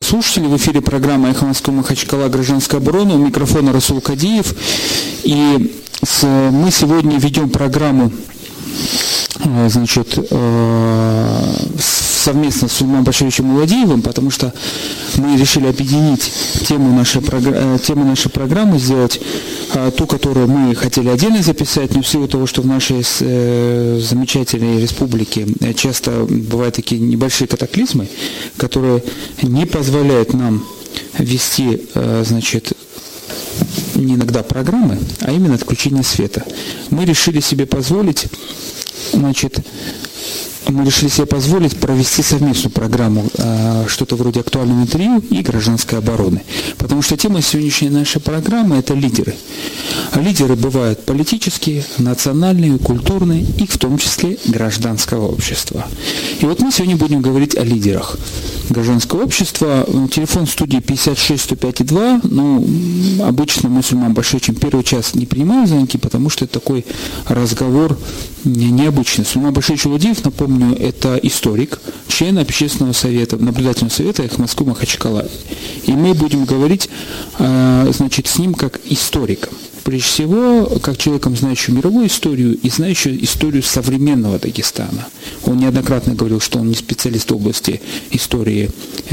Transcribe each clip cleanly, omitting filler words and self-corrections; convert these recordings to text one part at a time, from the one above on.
радиослушатели. В эфире программа «Эхо Москвы Махачкала. Гражданская оборона». У микрофона Расул Кадиев. И мы сегодня ведем программу, совместно с Сулейманом Башировичем Муладиевым, потому что мы решили объединить тему нашей программы, сделать ту, которую мы хотели отдельно записать, но в силу того, что в нашей замечательной республике часто бывают такие небольшие катаклизмы, которые не позволяют нам вести, не иногда программы, а именно отключение света. Мы решили себе позволить провести совместную программу, что-то вроде актуального интервью и гражданской обороны. Потому что тема сегодняшней нашей программы – это лидеры. А лидеры бывают политические, национальные, культурные и в том числе гражданского общества. И вот мы сегодня будем говорить о лидерах гражданского общества. Телефон студии 56-105-2. Обычно мы с Сулейманом Башировичем первый час не принимаем звонки, потому что это такой разговор необычный. Сулейман Баширович Муладиев, напомню, это историк, член общественного совета, наблюдательного совета «Эхо Москвы Махачкала». И мы будем говорить, с ним как историком. Прежде всего, как человеком, знающим мировую историю и знающим историю современного Дагестана. Он неоднократно говорил, что он не специалист в области истории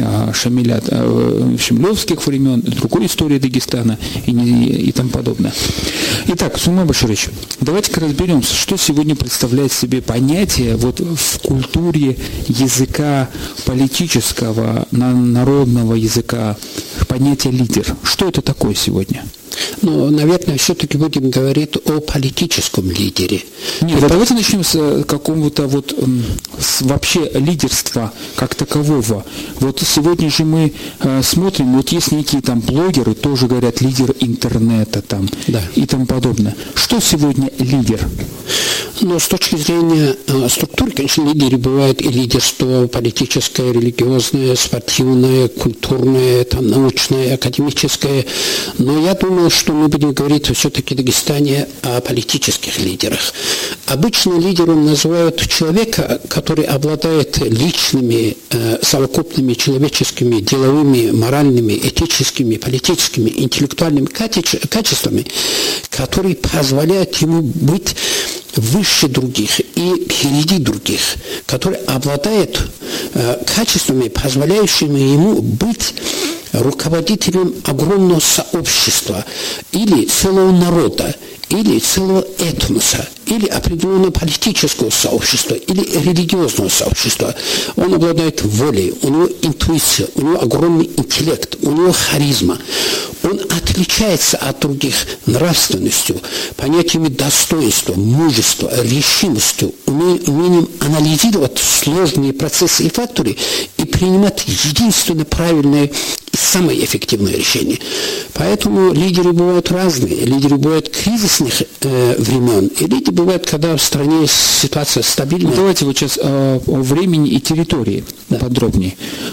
шемилевских времен, другой истории Дагестана и тому подобное. Итак, Сулейман Баширович, давайте-ка разберемся, что сегодня представляет себе понятие в культуре языка политического, народного языка, понятие лидер. Что это такое сегодня? Наверное, все-таки будем говорить о политическом лидере. Нет, давайте начнем с какого-то вообще лидерства как такового. Сегодня же мы смотрим, есть некие там блогеры, тоже говорят лидер интернета и тому подобное. Что сегодня лидер? С точки зрения структуры, конечно, лидеры бывают и лидерство политическое, религиозное, спортивное, культурное, научное, академическое. Но я думаю, что мы будем говорить все-таки в Дагестане о политических лидерах. Обычно лидером называют человека, который обладает личными, совокупными человеческими, деловыми, моральными, этическими, политическими, интеллектуальными качествами, которые позволяют ему быть выше других и впереди других, который обладает качествами, позволяющими ему быть руководителем огромного сообщества или целого народа, или целого этноса, или определенного политического сообщества, или религиозного сообщества. Он обладает волей, у него интуиция, у него огромный интеллект, у него харизма. Он отличается от других нравственностью, понятиями достоинства, мужества, решимостью, умением анализировать сложные процессы и факторы и принимать единственно правильное и самое эффективное решение. Поэтому лидеры бывают разные. Лидеры бывают кризисных времен, и лидеры бывают, когда в стране ситуация стабильная. Давайте сейчас о времени и территории подробнее.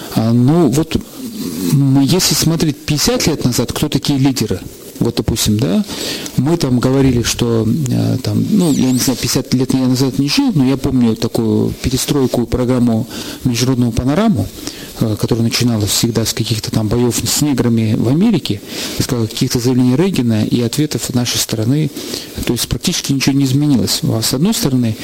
Если смотреть 50 лет назад, кто такие лидеры? Допустим, мы говорили, что я не знаю, 50 лет я назад не жил, но я помню такую перестройку программу «Международную панораму», которая начиналась всегда с каких-то боев с неграми в Америке, с каких-то заявлений Рейгана и ответов нашей стороны. То есть практически ничего не изменилось. С одной стороны,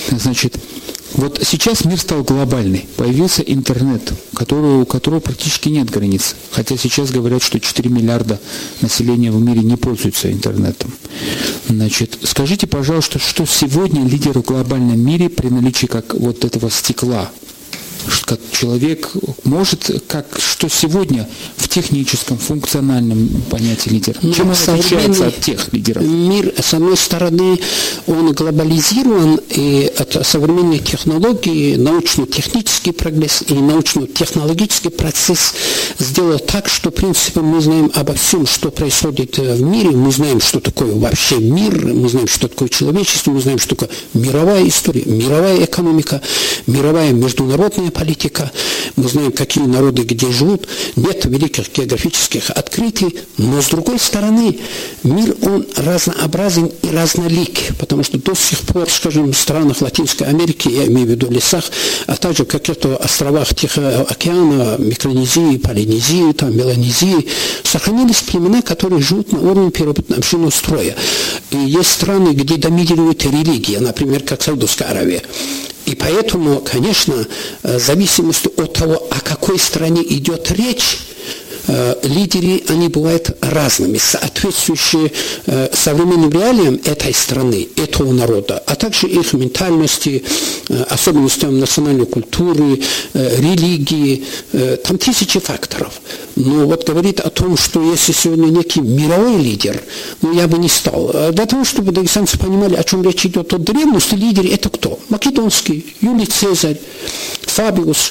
сейчас мир стал глобальный. Появился интернет, у которого практически нет границ. Хотя сейчас говорят, что 4 миллиарда населения в мире не пользуются интернетом. Скажите, пожалуйста, что сегодня лидер в глобальном мире при наличии этого стекла? Как человек может, что сегодня в техническом, функциональном понятии лидер? Чем он отличается от тех лидеров? Мир, с одной стороны, он глобализирован, и от современной технологии научно-технический прогресс и научно-технологический процесс сделал так, что, в принципе, мы знаем обо всем, что происходит в мире, мы знаем, что такое вообще мир, мы знаем, что такое человечество, мы знаем, что такое мировая история, мировая экономика, мировая международная политика. Мы знаем, какие народы где живут, живут, нет великих географических открытий, но с другой стороны мир, он разнообразен и разнолик, потому что до сих пор, скажем, в странах Латинской Америки, я имею в виду лесах, а также в каких-то островах Тихого океана, Микронезии, Полинезии, там, Меланезии, сохранились племена, которые живут на уровне первобытного строя. И есть страны, где доминирует религия, например, как Саудовская Аравия. И поэтому, конечно, в зависимости от того, о какой стране идет речь, лидеры, они бывают разными, соответствующие современным реалиям этой страны, этого народа, а также их ментальности, особенностям национальной культуры, религии, там тысячи факторов. Но вот говорит о том, что если сегодня некий мировой лидер, я бы не стал. Для того, чтобы дагестанцы понимали, о чем речь идет от древности, лидер это кто? Македонский, Юлий Цезарь, Фабиус,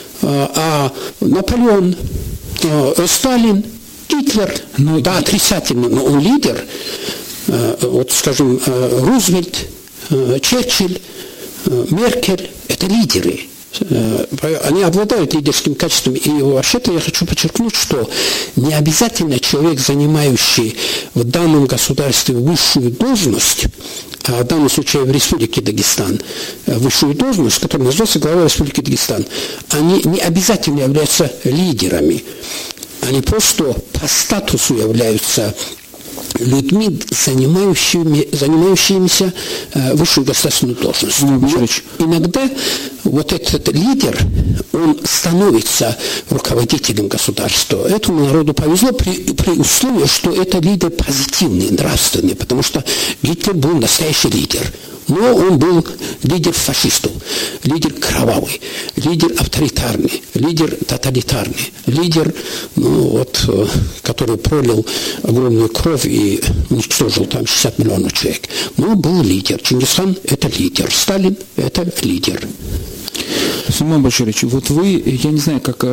Наполеон, Сталин, Гитлер, да, отрицательно, но он лидер. Вот, скажем, Рузвельт, Черчилль, Меркель – это лидеры. Они обладают лидерскими качествами. И вообще-то я хочу подчеркнуть, что не обязательно человек, занимающий в данном государстве высшую должность, а в данном случае в Республике Дагестан, высшую должность, которая называется глава Республики Дагестан, они не обязательно являются лидерами. Они просто по статусу являются людьми, занимающимися высшую государственную должность. Но иногда вот этот лидер, он становится руководителем государства. Этому народу повезло при условии, что это лидер позитивный, нравственный, потому что Гитлер был настоящий лидер. Но он был лидер фашистов, лидер кровавый, лидер авторитарный, лидер тоталитарный, лидер, который пролил огромную кровь и уничтожил там 60 миллионов человек. Но был лидер. Чингисхан – это лидер. Сталин – это лидер. Сулейман Баширович, вот вы, я не знаю, как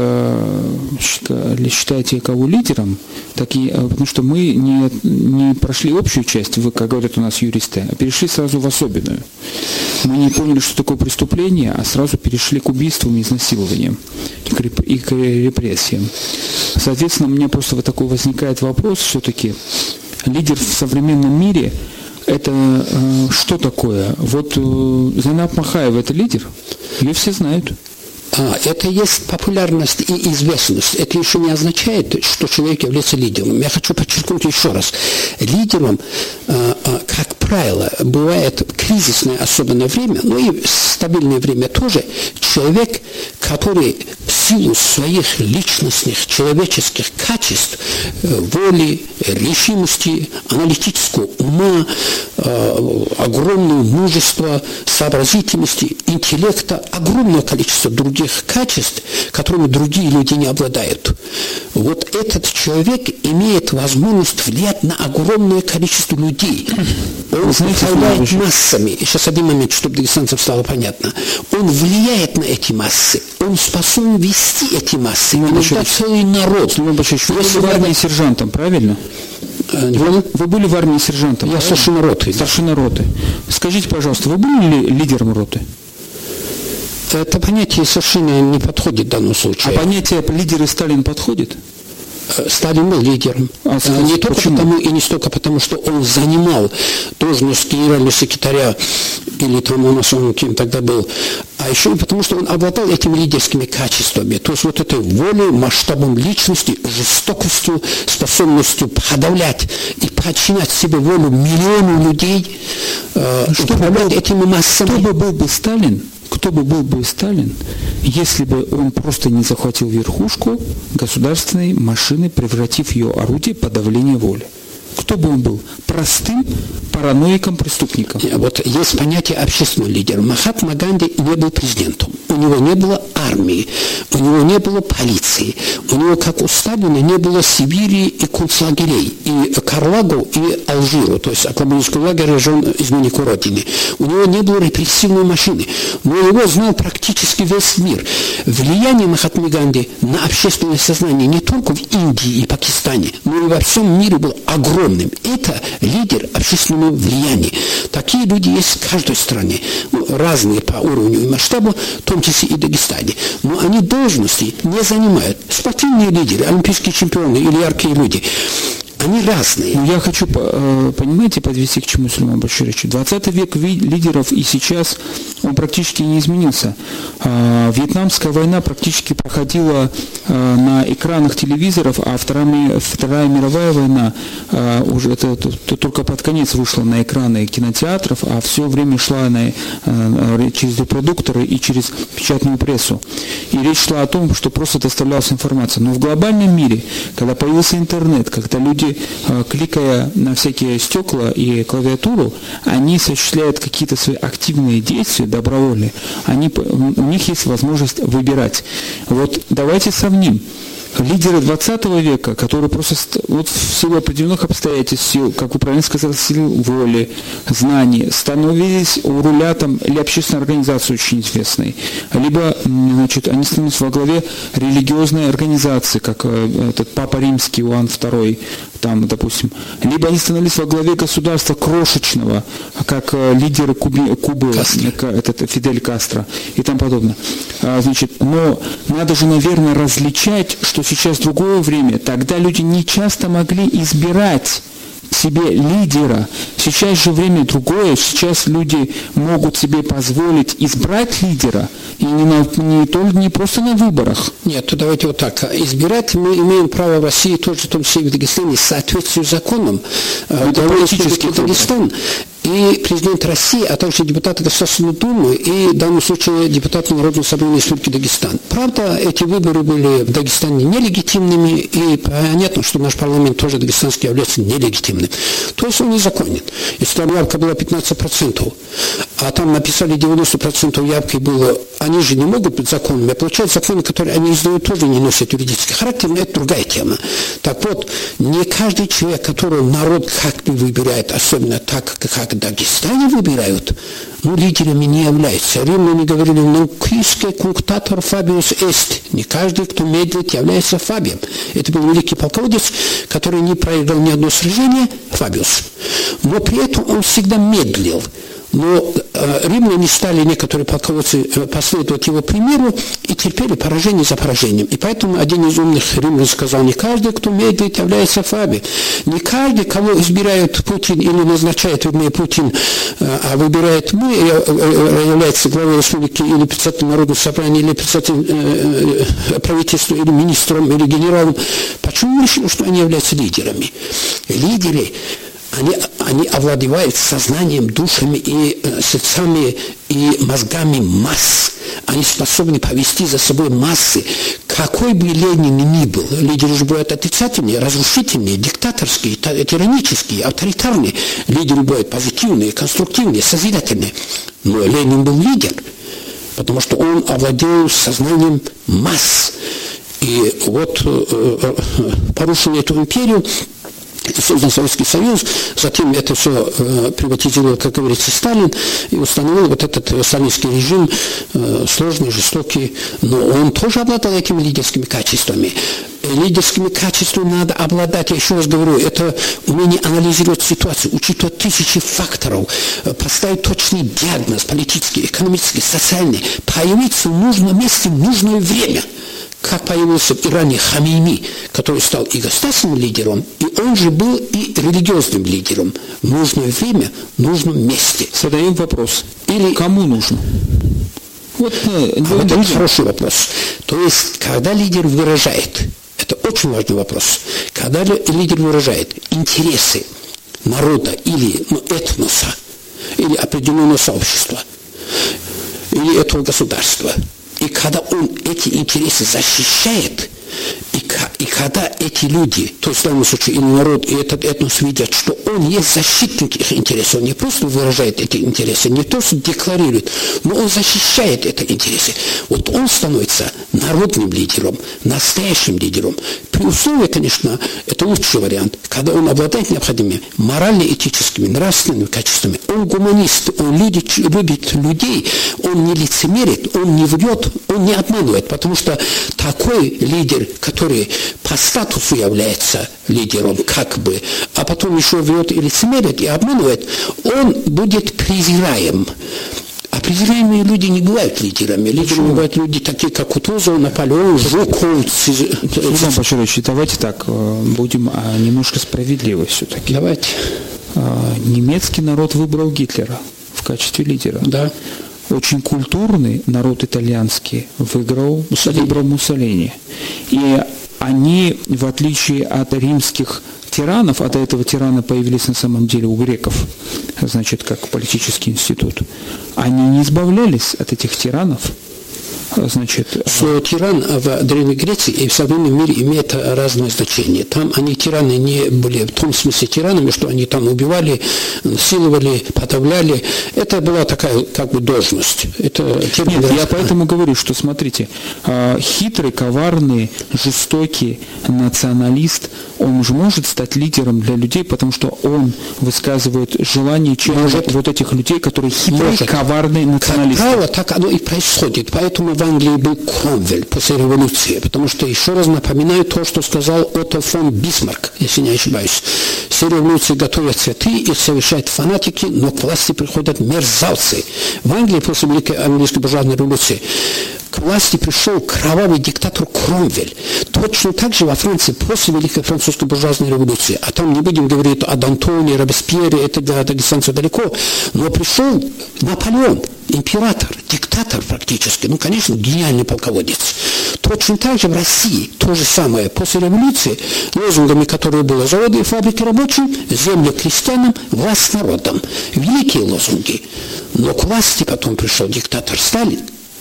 считаете кого лидером, потому что мы не прошли общую часть, вы, как говорят у нас юристы, а перешли сразу в особенную. Мы не поняли, что такое преступление, а сразу перешли к убийствам, изнасилованиям и к репрессиям. Соответственно, у меня просто вот такой возникает вопрос, все-таки лидер в современном мире – это что такое? Вот Зайнаб Махаева – это лидер? Ее все знают. Это есть популярность и известность. Это еще не означает, что человек является лидером. Я хочу подчеркнуть еще раз. Лидером, как правило, бывает кризисное особенное время, но и стабильное время тоже, человек, который в силу своих личностных, человеческих качеств, воли, решимости, аналитического ума, огромного мужества, сообразительности, интеллекта, огромное количество других качеств, которыми другие люди не обладают. Вот этот человек имеет возможность влиять на огромное количество людей. Он управляет массами. Сейчас один момент, чтобы дагестанцам стало понятно. Он влияет на эти массы. Он способен вести эти массы. Иногда целый народ. Вы были в армии сержантом, правильно? Вы были в армии сержантом? Я старшина роты. Старшина роты. Скажите, пожалуйста, вы были лидером роты? Это понятие совершенно не подходит в данном случае. А понятие лидера Сталин подходит? Сталин был лидером. Не только потому и не столько потому, что он занимал должность генерального секретаря, или там у нас он кем тогда был, а еще и потому, что он обладал этими лидерскими качествами. То есть вот этой волей, масштабом личности, жестокостью, способностью подавлять и подчинять себе волю миллионов людей, управлять этими массами. Кто бы был бы Сталин, если бы он просто не захватил верхушку государственной машины, превратив ее орудие подавления воли? Кто бы он был? Простым параноиком, преступником. Вот есть понятие общественного лидера. Махатма Ганди не был президентом. У него не было армии, у него не было полиции, у него, как у Сталина, не было Сибири и концлагерей, и Карлагу, и Алжиру, то есть аккламатический лагерь жен изменнику Родины. У него не было репрессивной машины, но его знал практически весь мир. Влияние Махатмы Ганди на общественное сознание не только в Индии и Пакистане, но и во всем мире было огромным. Это лидер общественного влияния. Такие люди есть в каждой стране, разные по уровню и масштабу, в том числе и в Дагестане. люди, но они должности не занимают. Спортивные лидеры, олимпийские чемпионы или яркие люди, они разные. Я хочу, понимаете, подвести к чему Сулейман Баширович. 20 век лидеров и сейчас он практически не изменился. Вьетнамская война практически проходила на экранах телевизоров, а Вторая мировая война уже это только под конец вышла на экраны кинотеатров, а все время шла через репродукторы и через печатную прессу. И речь шла о том, что просто доставлялась информация. Но в глобальном мире, когда появился интернет, когда люди, кликая на всякие стекла и клавиатуру, они осуществляют какие-то свои активные действия, добровольные, у них есть возможность выбирать. Вот давайте сравним. Лидеры 20 века, которые просто вот в силу определенных обстоятельств, сил, как вы правильно сказали, сил воли, знаний, становились у руля там, или общественной организации очень известной, либо они становились во главе религиозной организации, как этот Папа Римский Иоанн II, там, допустим, либо они становились во главе государства крошечного, как лидеры Кубы, этот Фидель Кастро и тому подобное. Но надо же, наверное, различать, что сейчас другое время. Тогда люди не часто могли избирать себе лидера. Сейчас же время другое. Сейчас люди могут себе позволить избрать лидера. И не просто на выборах. Нет, то давайте вот так. Избирать мы имеем право в России, тоже в том числе и в Дагестане, в соответствии с законом. Это политический Дагестан. И президент России, а также депутаты Государственной Думы и в данном случае депутаты Народного собрания Республики Дагестан. Правда, эти выборы были в Дагестане нелегитимными, и понятно, что наш парламент тоже дагестанский является нелегитимным. То есть он незаконен. Если там явка была 15%, а там написали 90% явки было, они же не могут быть законными, а получают законы, которые они издают, тоже не носят юридический характер, но это другая тема. Так вот, не каждый человек, которого народ как бы выбирает, особенно так, как в Дагестане выбирают, лидерами не являются. Римляне говорили, «Нунквиске кунктатор фабиус эст». Не каждый, кто медлит, является фабием. Это был великий полководец, который не проиграл ни одно сражение, Фабиус. Но при этом он всегда медлил. Но римляне стали, некоторые полководцы, последовать его примеру и терпели поражение за поражением. И поэтому один из умных римлян сказал, не каждый, кто медлит, является фабием. Не каждый, кого избирает Путин или назначает, вернее, Путин, а выбирает мы, является главой республики или председателем Народного собрания, или председателем правительства, или министром, или генералом. Почему мы решили, что они являются лидерами? Лидеры, они овладевают сознанием, душами и сердцами и мозгами масс. Они способны повести за собой массы. Какой бы Ленин ни был, лидеры же бывают отрицательные, разрушительные, диктаторские, тиранические, авторитарные. Лидеры бывают позитивные, конструктивные, созидательные. Но Ленин был лидер, потому что он овладел сознанием масс. И вот порушил эту империю, создан Советский Союз, затем это все приватизировал, как говорится, Сталин, и установил вот этот сталинский режим, сложный, жестокий, но он тоже обладал этими лидерскими качествами. Лидерскими качествами надо обладать, я еще раз говорю, это умение анализировать ситуацию, учитывать тысячи факторов, поставить точный диагноз, политический, экономический, социальный, появиться в нужном месте в нужное время. Как появился в Иране Хамейни, который стал и государственным лидером, и он же был и религиозным лидером. В нужное время, в нужном месте. Задаем вопрос. Или кому нужно? Вот это хороший вопрос. То есть, когда лидер выражает, это очень важный вопрос, когда лидер выражает интересы народа или этноса, или определенного сообщества, или этого государства, и когда он эти интересы защищает, и когда эти люди, то есть в данном случае и народ, и этот этнос видят, что он есть защитник их интересов, он не просто выражает эти интересы, не просто декларирует, но он защищает эти интересы. Вот он становится народным лидером, настоящим лидером. При условии, конечно, это лучший вариант, когда он обладает необходимыми морально-этическими, нравственными качествами. Он гуманист, он любит людей, он не лицемерит, он не врет, он не обманывает, потому что такой лидер, который по статусу является лидером, как бы, а потом еще врет и лицемерит, и обманывает, он будет презираем. определенные люди не бывают лидерами. Лидерами бывают люди такие, как Кутузов, Наполеон, Жуков. Иван Баширович, давайте так, будем немножко справедливы все-таки. Давайте. Немецкий народ выбрал Гитлера в качестве лидера. Да. Очень культурный народ итальянский выбрал Муссолини. И они, в отличие от римских тиранов, а до этого тираны появились на самом деле у греков, значит, как политический институт, они не избавлялись от этих тиранов. Значит, слово «тиран» в Древней Греции и в современном мире имеет разное значение. Там они тираны не были в том смысле тиранами, что они там убивали, насиловали, подавляли. Это была такая как бы должность. Нет, я поэтому говорю, что смотрите, хитрый, коварный, жестокий националист, он же может стать лидером для людей, потому что он высказывает желание вот этих людей, которые хитрые, коварные националисты. Как правило, так оно и происходит. Поэтому в Англии был Кромвель после революции, потому что, еще раз напоминаю то, что сказал Отто фон Бисмарк, если не ошибаюсь. Все революции готовят цветы, их совершают фанатики, но к власти приходят мерзавцы. В Англии после Великой английской буржуазной революции к власти пришел кровавый диктатор Кромвель. Точно так же во Франции после Великой французской буржуазной революции, а там не будем говорить о Д'Антоне, Робеспьере, это для дагестанцев далеко, но пришел Наполеон, император, диктатор практически, ну, конечно, гениальный полководец. Точно так же в России то же самое. После революции лозунгами, которые были заводы и фабрики рабочим, земля крестьянам, власть народам. Великие лозунги. Но к власти потом пришел диктатор Сталин.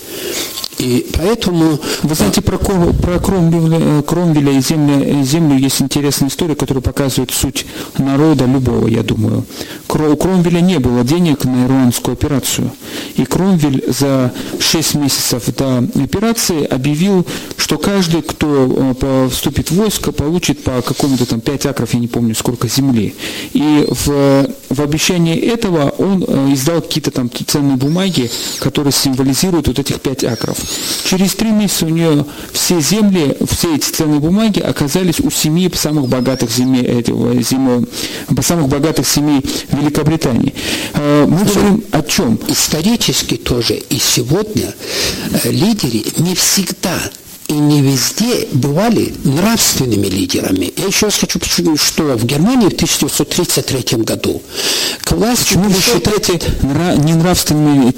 И поэтому... Вы знаете, про Кромвеля и землю есть интересная история, которая показывает суть народа любого, я думаю. У Кромвеля не было денег на ирландскую операцию. И Кромвель за 6 месяцев до операции объявил, что каждый, кто вступит в войско, получит по какому-то там 5 акров, я не помню сколько, земли. И в обещании этого он издал какие-то там ценные бумаги, которые символизируют вот этих 5 акров. Через 3 месяца у нее все земли, все эти ценные бумаги оказались у 7 самых богатых семей Великобритании. Мы говорим о чем? Исторически тоже и сегодня лидеры не всегда и не везде бывали нравственными лидерами. Я еще раз хочу подчеркнуть, что в Германии в 1933 году к власти... Почему вы считаете ненравственным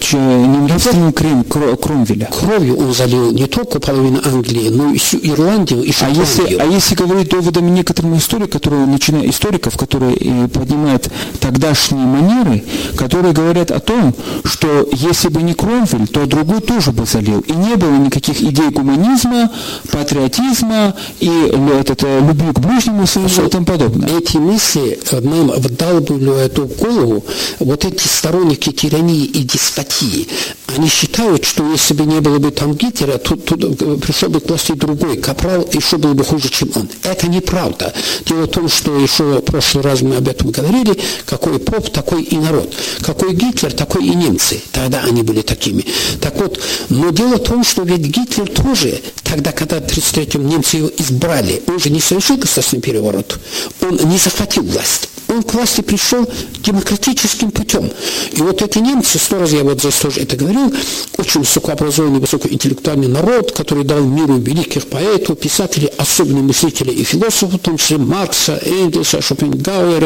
Кромвеля? Кровью он залил не только половину Англии, но и всю Ирландию и Шотландию. А если говорить доводами некоторым историков, которые поднимают тогдашние манеры, которые говорят о том, что если бы не Кромвель, то другой тоже бы залил. И не было никаких идей гуманизма, патриотизма и любви к ближнему и тому подобное. Эти мысли нам вдалбливают в голову вот эти сторонники тирании и деспотии. Они считают, что если бы не было бы там Гитлера, то пришел бы к власти другой капрал, еще было бы хуже, чем он. Это неправда. Дело в том, что еще в прошлый раз мы об этом говорили, какой поп, такой и народ. Какой Гитлер, такой и немцы. Тогда они были такими. Так вот, но дело в том, что ведь Гитлер тоже, тогда, когда в 1933-м немцы его избрали, он же не совершил государственный переворот. Он не захватил власть. Он к власти пришел демократическим путем. И вот эти немцы, 100 раз я вот здесь тоже это говорил, очень высокообразованный, высокоинтеллектуальный народ, который дал миру великих поэтов, писателей, особенно мыслителей и философов, в том числе Маркса, Энгельса, Шопенгауэра.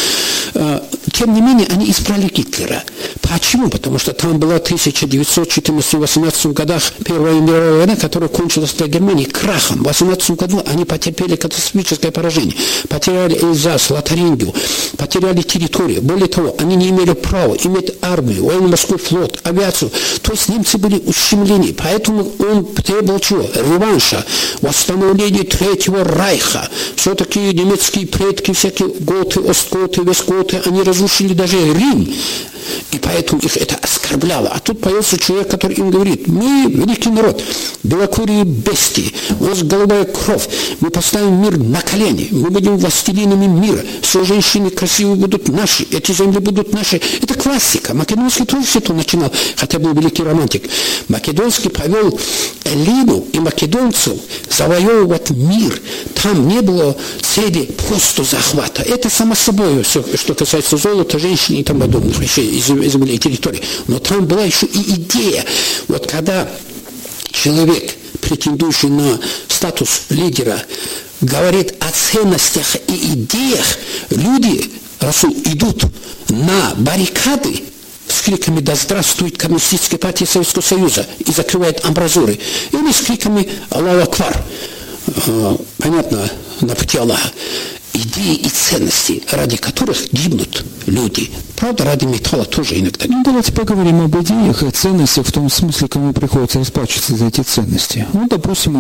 Тем не менее, они избрали Гитлера. Почему? Потому что там была в 1914-18 годах Первая мировая война, которая кончилась для Германии крахом. В 18 году они потерпели катастрофическое поражение. Потеряли Эльзас, Лотарингию, потеряли территорию. Более того, они не имели права иметь армию, военно-морской флот, авиацию. То есть немцы были ущемлены. Поэтому он требовал чего? Реванша, восстановления Третьего Райха. Все-таки немецкие предки, всякие готы, остготы, вестготы, они разрушили даже Рим. И поэтому их это оскорбляло. А тут появился человек, который им говорит: мы великий народ, белокурые бестии, у нас голубая кровь, мы поставим мир на колени, мы будем властелинами мира, все женщины красивые будут наши, эти земли будут наши. Это классика. Македонский тоже все это начинал, хотя был великий романтик. Македонский повел Эллину и македонцев завоевывать мир. Там не было цели просто захвата. Это само собой, все, что касается золота, женщин и тому подобных вещей. земли и территории. Но там была еще и идея. Вот когда человек, претендующий на статус лидера, говорит о ценностях и идеях, люди, Расул, идут на баррикады с криками «Да здравствует Коммунистическая партия Советского Союза!» и закрывают амбразуры. Или с криками «Аллаху Акбар!» Понятно, на пути Аллаха. Идеи и ценности, ради которых гибнут люди. Правда, ради металла тоже иногда. Ну, давайте поговорим об идеях и ценностях в том смысле, кому приходится расплачиваться за эти ценности. Ну, допустим,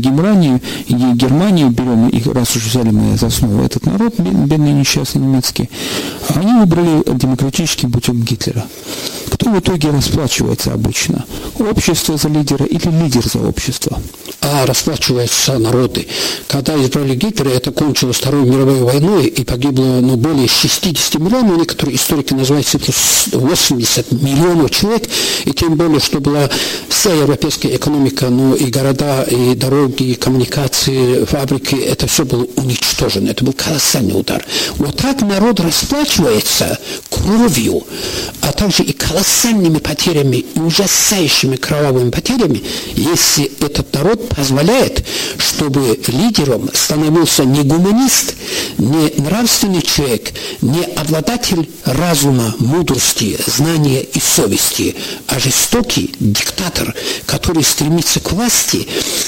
Германию берем, и раз уж взяли мы за основу этот народ, бедный несчастный немецкий, они выбрали демократическим путем Гитлера. Кто в итоге расплачивается обычно? Общество за лидера или лидер за общество? А расплачиваются народы. Когда избрали Гитлера, это кончилось Второй мировой войной, и погибло более 60 миллионов, некоторые историки называют цифру 80 миллионов человек, и тем более, что была вся европейская экономика, ну и города, и дороги, и коммуникации, фабрики, это все было уничтожено. Это был колоссальный удар. Вот так народ расплачивается кровью, а также и колоссальными потерями, и ужасающими кровавыми потерями, если этот народ позволяет, чтобы лидером становился не гуманист, не нравственный человек, не обладатель разума, мудрости, знания и совести, а жестокий диктатор, который стремится к власти,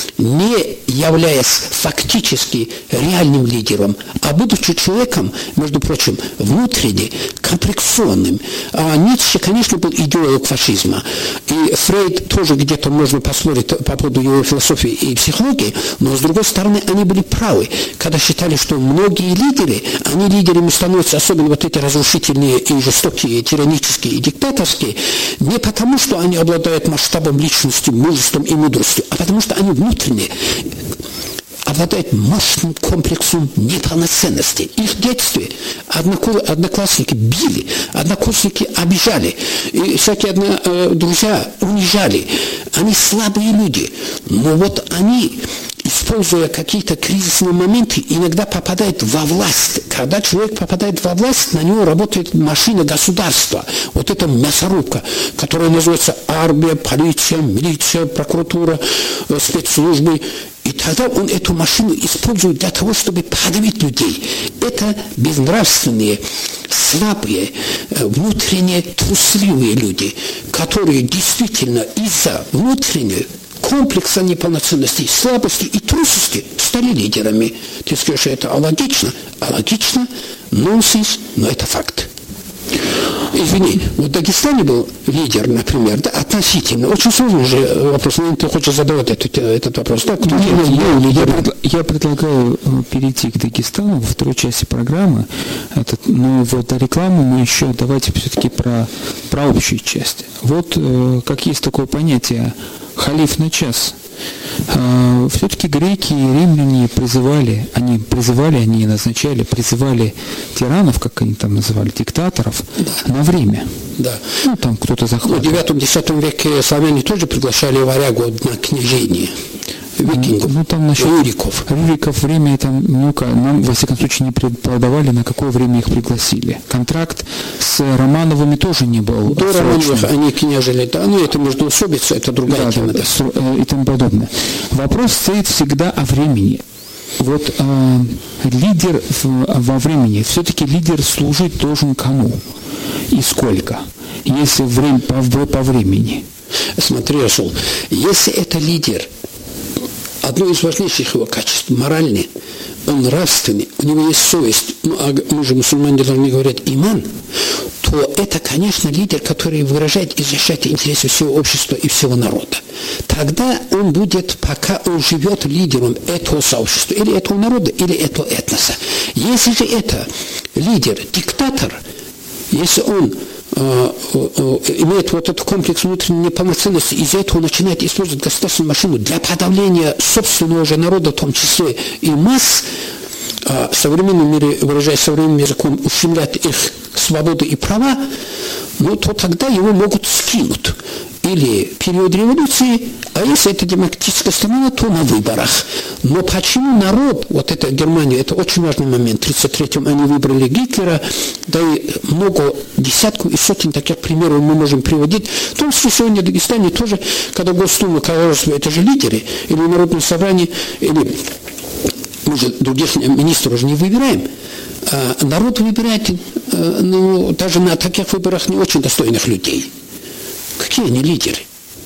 не являясь фактически реальным лидером, а будучи человеком, между прочим, внутренне комплексованным. А Ницше, конечно, был идеолог фашизма. И Фрейд тоже где-то можно посмотреть по поводу его философии и психологии, но, с другой стороны, они были правы, когда считали, что многие лидеры, они лидерами становятся, особенно вот эти разрушительные и жестокие, тиранические и диктаторские, не потому, что они обладают масштабом личности, мужеством и мудростью, а потому, что они внутренне обладают мощным комплексом неполноценности. Их в детстве одноклассники били, однокурсники обижали, и всякие друзья унижали. Они слабые люди, но вот они, используя какие-то кризисные моменты, иногда попадают во власть. Когда человек попадает во власть, на него работает машина государства. Вот эта мясорубка, которая называется армия, полиция, милиция, прокуратура, спецслужбы. И тогда он эту машину использует для того, чтобы подавить людей. Это безнравственные, слабые, внутренне трусливые люди, которые действительно из-за внутренней комплекса неполноценности, слабости и трусости стали лидерами. Ты скажешь, это алогично? Алогично, нонсенс, но это факт. Извини, вот в Дагестане был лидер, например, да, относительно. Очень сложный же вопрос, но ты хочешь задавать этот вопрос. Да? Я предлагаю перейти к Дагестану во второй части программы, но вот рекламу мы еще давайте все-таки про общую часть. Вот как есть такое понятие «халиф на час». Все-таки греки и римляне призывали тиранов, как они там называли, диктаторов, на время. Да. Ну, там кто-то захватывал. В 9-10 веке славяне тоже приглашали варягу на княжение. Викингов, ну, там насчет Рюриков время там, нам, во всяком случае, не продавали, на какое время их пригласили. Контракт с Романовыми тоже не был. До Романовых они княжили, да, но это междоусобица, это другая тема. Да. И тому подобное. Вопрос стоит всегда о времени. Вот лидер во времени, все-таки лидер служить должен кому и сколько, если по времени. Смотри, Расул, если это лидер, одно из важнейших его качеств – моральный, он нравственный, у него есть совесть, мы же мусульмане должны говорить иман, то это, конечно, лидер, который выражает и защищает интересы всего общества и всего народа. Тогда он будет, пока он живет лидером этого сообщества, или этого народа, или этого этноса. Если же это лидер, диктатор, если он имеет вот этот комплекс внутренней неполноценности, из-за этого начинает использовать государственную машину для подавления собственного же народа, в том числе и масс, в современном мире, выражаясь современным языком, ущемлять их свободу и права, ну, то тогда его могут скинуть. или период революции, а если это демократическая страна, то на выборах. Но почему народ, вот это Германия, это очень важный момент, в 1933-м они выбрали Гитлера, да и много, десятков и сотен таких примеров мы можем приводить. В том числе сегодня в Дагестане тоже, когда Госдума, казалось бы, это же лидеры, или Народное собрание, или мы же других министров уже не выбираем. Народ выбирает, даже на таких выборах не очень достойных людей. Какие они лидеры?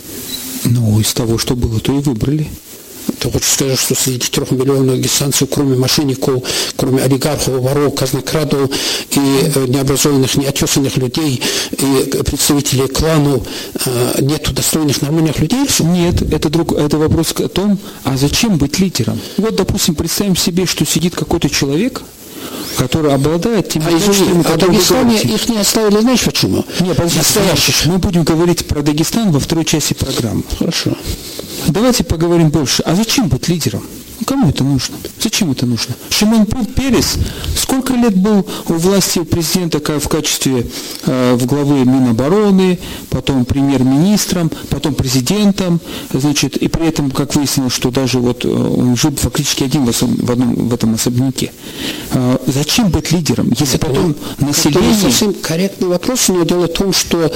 Из того, что было, то и выбрали. Ты хочешь сказать, что среди 3 миллионов дагестанцев, кроме мошенников, кроме олигархов, воров, казнокрадов и необразованных, неотесанных людей, и представителей кланов, нету достойных, нормальных людей? Нет, это вопрос о том, а зачем быть лидером? Вот, допустим, представим себе, что сидит какой-то человек, который обладает теми качествами, которые вы говорите. Их не оставили, знаешь почему? Нет, подождите, мы будем говорить про Дагестан во второй части программы. Хорошо. Давайте поговорим больше. А зачем быть лидером? Кому это нужно? Зачем это нужно? Шимон Перес сколько лет был у власти президента в качестве в главе Минобороны, потом премьер-министром, потом президентом, значит, и при этом, как выяснилось, что даже вот он жил фактически один в этом особняке. Зачем быть лидером, если это потом население... Это не совсем корректный вопрос, но дело в том, что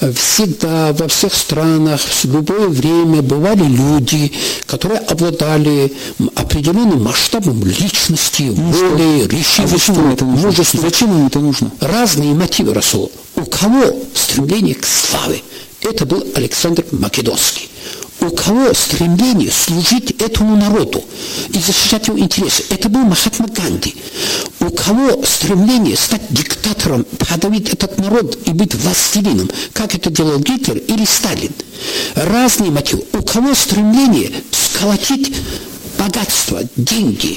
всегда во всех странах в любое время бывали люди, которые обладали определенным масштабом личности, воли, решимостью, мужеством. Зачем им это нужно? Разные мотивы, Расул. У кого стремление к славе? Это был Александр Македонский. У кого стремление служить этому народу и защищать его интересы? Это был Махатма Ганди. У кого стремление стать диктатором, подавить этот народ и быть властелином, как это делал Гитлер или Сталин? Разные мотивы. У кого стремление сколотить богатство, деньги,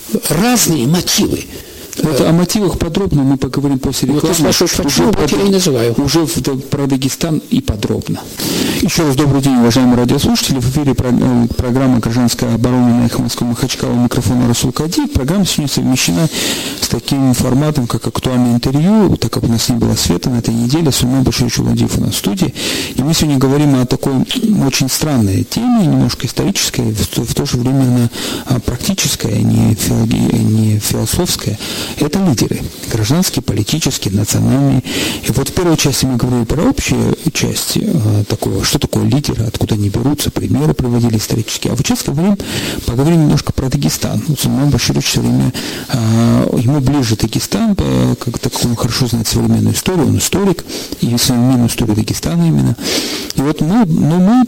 разные мотивы. Вот о мотивах подробно мы поговорим после рекламы. Ты спрашиваешь, почему я и называю. Уже про Дагестан и подробно. Еще раз добрый день, уважаемые радиослушатели. В эфире программа «Гражданская оборона» на Эхо Москвы Махачкала. У микрофона Расул Кадиев. Программа сегодня совмещена с таким форматом, как актуальное интервью, так как у нас не было света на этой неделе. Сульман Баширович Уладиев у нас в студии. И мы сегодня говорим о такой очень странной теме, немножко исторической, в то же время она практическая, не философская. Это лидеры, гражданские, политические, национальные. И вот в первой части мы говорили про общую часть такого, что такое лидеры, откуда они берутся, примеры приводили исторические. А вот сейчас поговорим немножко про Дагестан. Вот Сульман Баширович все время, ему ближе Дагестан, так как он хорошо знает современную историю, он историк, и современную историю Дагестана именно. И вот мы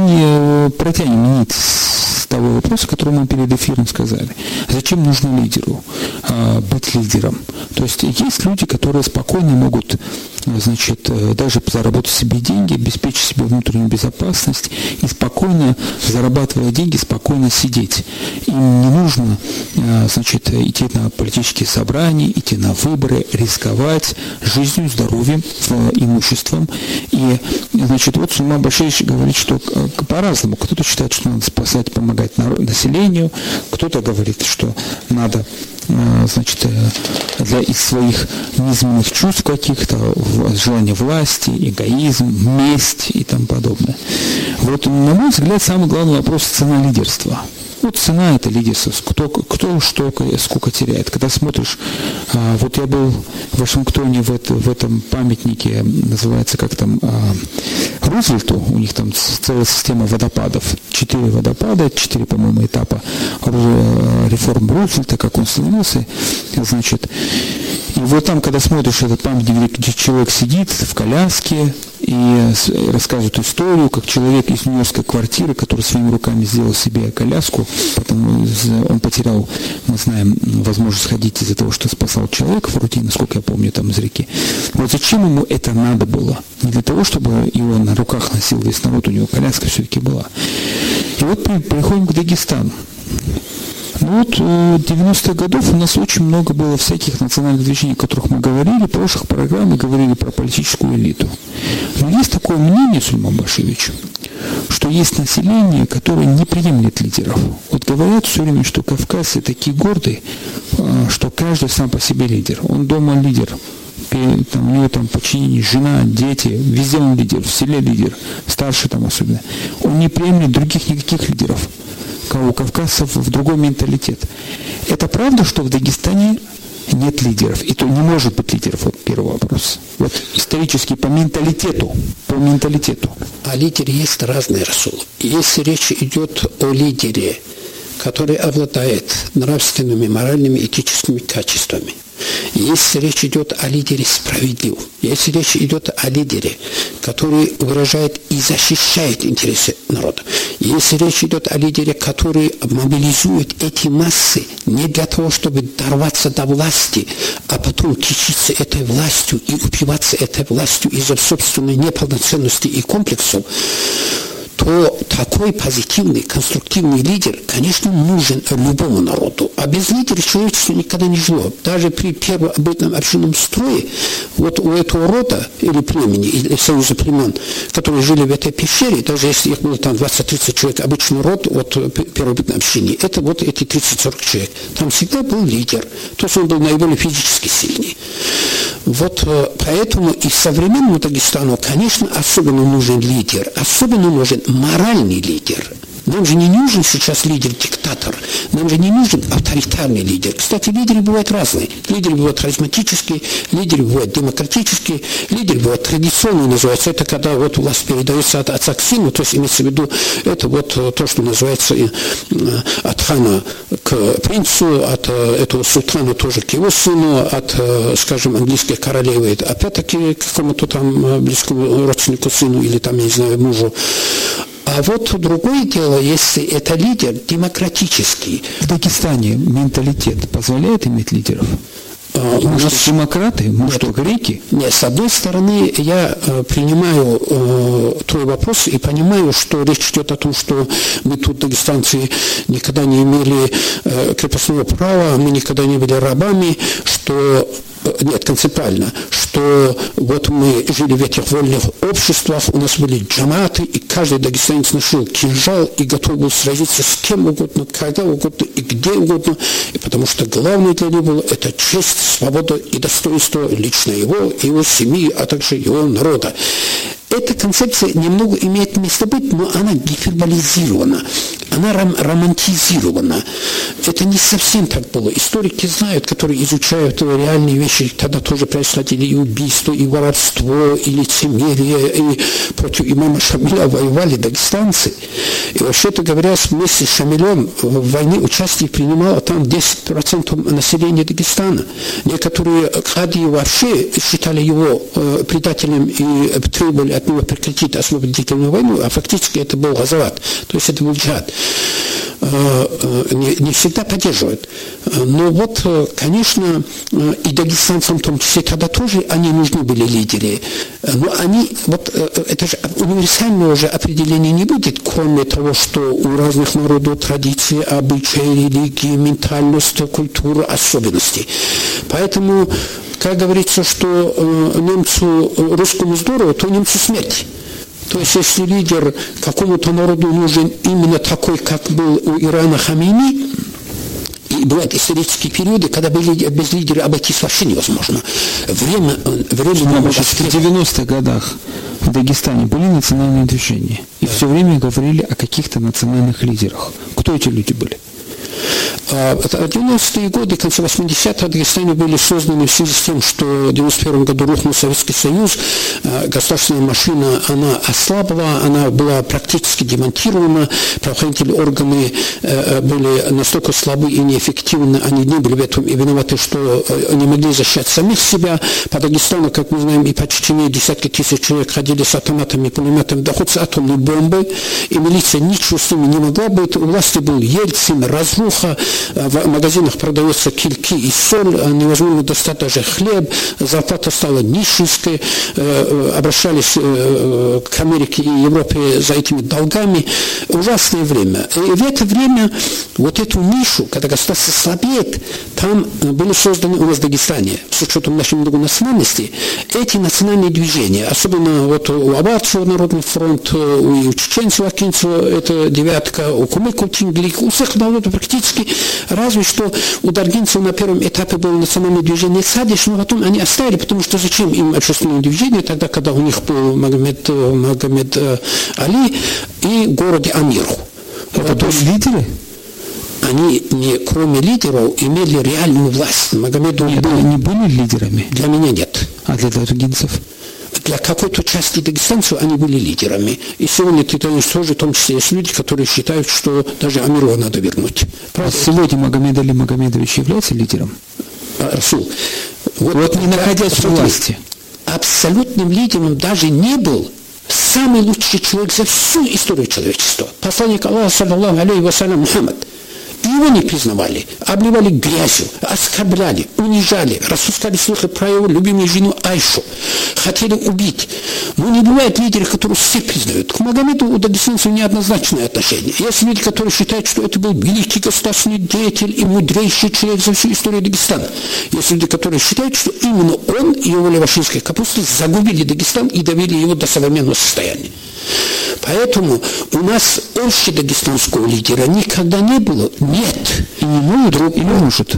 протянем нить с того вопроса, который мы перед эфиром сказали. Зачем нужно лидеру быть лидером? То есть есть люди, которые спокойно могут, значит, даже заработать себе деньги, обеспечить себе внутреннюю безопасность и спокойно, зарабатывая деньги, спокойно сидеть. Им не нужно, значит, идти на политические собрания, идти на выборы, рисковать жизнью, здоровьем, имуществом. И, значит, вот Сульман Баширович говорит, что по-разному. Кто-то считает, что надо спасать, помогать населению, кто-то говорит, что надо, значит, из своих низменных чувств каких-то, желания власти, эгоизм, месть и тому подобное. Вот, на мой взгляд, самый главный вопрос – цена лидерства. Вот цена – это лидерство. Кто сколько теряет. Когда смотришь, вот я был в Вашингтоне в этом памятнике, называется как там, Рузвельту, у них там целая система водопадов. 4 водопада, 4, по-моему, этапа реформ Рузвельта, как он становился, значит. И вот там, когда смотришь этот памятник, где человек сидит в коляске и рассказывает историю, как человек из нью-йоркской квартиры, который своими руками сделал себе коляску, потом он потерял, мы знаем, возможность ходить из-за того, что спасал человека, вроде, насколько я помню, там из реки. Вот зачем ему это надо было? Не для того, чтобы его на руках носил весь народ, у него коляска все-таки была. И вот приходим к Дагестану. Ну вот, 90-х годов у нас очень много было всяких национальных движений, о которых мы говорили, в прошлых программах говорили про политическую элиту. Но есть такое мнение, Сульман Баширович, что есть население, которое не приемлет лидеров. Вот говорят все время, что кавказцы такие гордые, что каждый сам по себе лидер. Он дома лидер там, у него там подчинение, жена, дети, везде он лидер, в селе лидер, старший там особенно. Он не приемлет других никаких лидеров. У кавказцев в другой менталитет. Это правда, что в Дагестане нет лидеров, и то не может быть лидеров? Вот первый вопрос. Вот исторически по менталитету. А лидеры есть разные, Расул. Если речь идет о лидере, который обладает нравственными, моральными, этическими качествами, если речь идет о лидере справедливом, если речь идет о лидере, который выражает и защищает интересы народа, если речь идет о лидере, который мобилизует эти массы не для того, чтобы дорваться до власти, а потом кичиться этой властью и упиваться этой властью из-за собственной неполноценности и комплексов, то такой позитивный, конструктивный лидер, конечно, нужен любому народу. А без лидера человечество никогда не жило. Даже при первобытном общинном строе, вот у этого рода или племени, или союза племен, которые жили в этой пещере, даже если их было там 20-30 человек, обычный род от первобытной общины, это вот эти 30-40 человек. Там всегда был лидер. То есть он был наиболее физически сильный. Вот поэтому и современному Дагестану, конечно, особенно нужен лидер, особенно нужен моральный лидер. Нам же не нужен сейчас лидер-диктатор, нам же не нужен авторитарный лидер. Кстати, лидеры бывают разные. Лидеры бывают харизматические, лидеры бывают демократические, лидеры бывают традиционные, называется. Это когда вот власть передается от отца к сыну, то есть имеется в виду, это вот то, что называется от хана к принцу, от этого султана тоже к его сыну, от, скажем, английской королевы, опять-таки к какому-то там близкому родственнику сыну или там, я не знаю, мужу. А вот другое дело, если это лидер демократический. В Дагестане менталитет позволяет иметь лидеров? Может, демократы, может, греки? Нет, с одной стороны, я принимаю твой вопрос и понимаю, что речь идет о том, что мы тут, дагестанцы, никогда не имели крепостного права, мы никогда не были рабами, что... Нет, концептуально, что вот мы жили в этих вольных обществах, у нас были джаматы, и каждый дагестанец носил кинжал и готов был сразиться с кем угодно, когда угодно и где угодно, и потому что главное для него было это честь, свобода и достоинство лично его семьи, а также его народа. Эта концепция немного имеет место быть, но она гиперболизирована, она романтизирована. Это не совсем так было. Историки знают, которые изучают реальные вещи, тогда тоже происходили и убийства, и воровство, и лицемерие, и против имама Шамиля воевали дагестанцы. И вообще-то говоря, вместе с Шамилем в войне участие принимало там 10% населения Дагестана. Некоторые кади вообще считали его предателем и требовали от него прекратить освободительную войну, а фактически это был газават, то есть это был джихад. Не всегда поддерживают. Но вот, конечно, и дагестанцам в том числе тогда тоже они нужны были лидеры. Но они, вот это же универсального же определения не будет, кроме того, что у разных народов традиции, обычаи, религии, ментальность, культура, особенности. Поэтому, как говорится, что немцу, русскому здорово, то немцу смерть. То есть, если лидер какому-то народу нужен именно такой, как был у Ирана Хамини, и бывают исторические периоды, когда без лидера обойтись вообще невозможно. Время в 90-х годах в Дагестане были национальные движения. И все время говорили о каких-то национальных лидерах. Кто эти люди были? В 90-е годы, в конце 80-х, в Дагестане были созданы в связи с тем, что в 91 году рухнул Советский Союз, государственная машина, она ослабла, она была практически демонтирована, правоохранительные органы были настолько слабы и неэффективны, они не были в этом и виноваты, что не могли защищать самих себя. По Дагестану, как мы знаем, и по Чечне десятки тысяч человек ходили с автоматами, пулеметами, да хоть с атомной бомбой, и милиция ничего с ними не могла быть. У власти был Ельцин, разруха, в магазинах продается кильки и соль, невозможно достать даже хлеб, зарплата стала нищенской, обращались к Америке и Европе за этими долгами. Ужасное время. И в это время вот эту нишу, когда государство слабеет, там были созданы у нас в Дагестане, с учетом нашей многонациональности, эти национальные движения, особенно вот у Абарцева Народный фронт, у чеченцев Акинцева, это девятка, у Кумыка, у Тинглик, у всех народов практически Практически разве что у даргинцев на первом этапе было национальное движение Садиш, но потом они оставили, потому что зачем им общественное движение, тогда, когда у них был Магомед Али и городе Амиру. Это тоже лидеры? Они, кроме лидеров, имели реальную власть. Магомед Нет, они были лидерами? Для меня нет. А для даргинцев? Для какой-то части дагестанцев они были лидерами. И сегодня ты тоже, в том числе, есть люди, которые считают, что даже Амирова надо вернуть. Правда? А сегодня Магомед Али Магомедович является лидером? Расул. Вот не находясь в власти. Абсолютным лидером даже не был самый лучший человек за всю историю человечества. Посланник Аллаха, саллаллаху алейхи вассалям, Мухаммад. Его не признавали, обливали грязью, оскорбляли, унижали, распускали слухи про его любимую жену Айшу, хотели убить. Но не бывает лидеров, которые все признают. К Магомеду у дагестанцев неоднозначное отношение. Есть люди, которые считают, что это был великий государственный деятель и мудрейший человек за всю историю Дагестана. Есть люди, которые считают, что именно он и его левашинские капусты загубили Дагестан и довели его до современного состояния. Поэтому у нас общедагестанского лидера никогда не было. Нет. И не может, и не может.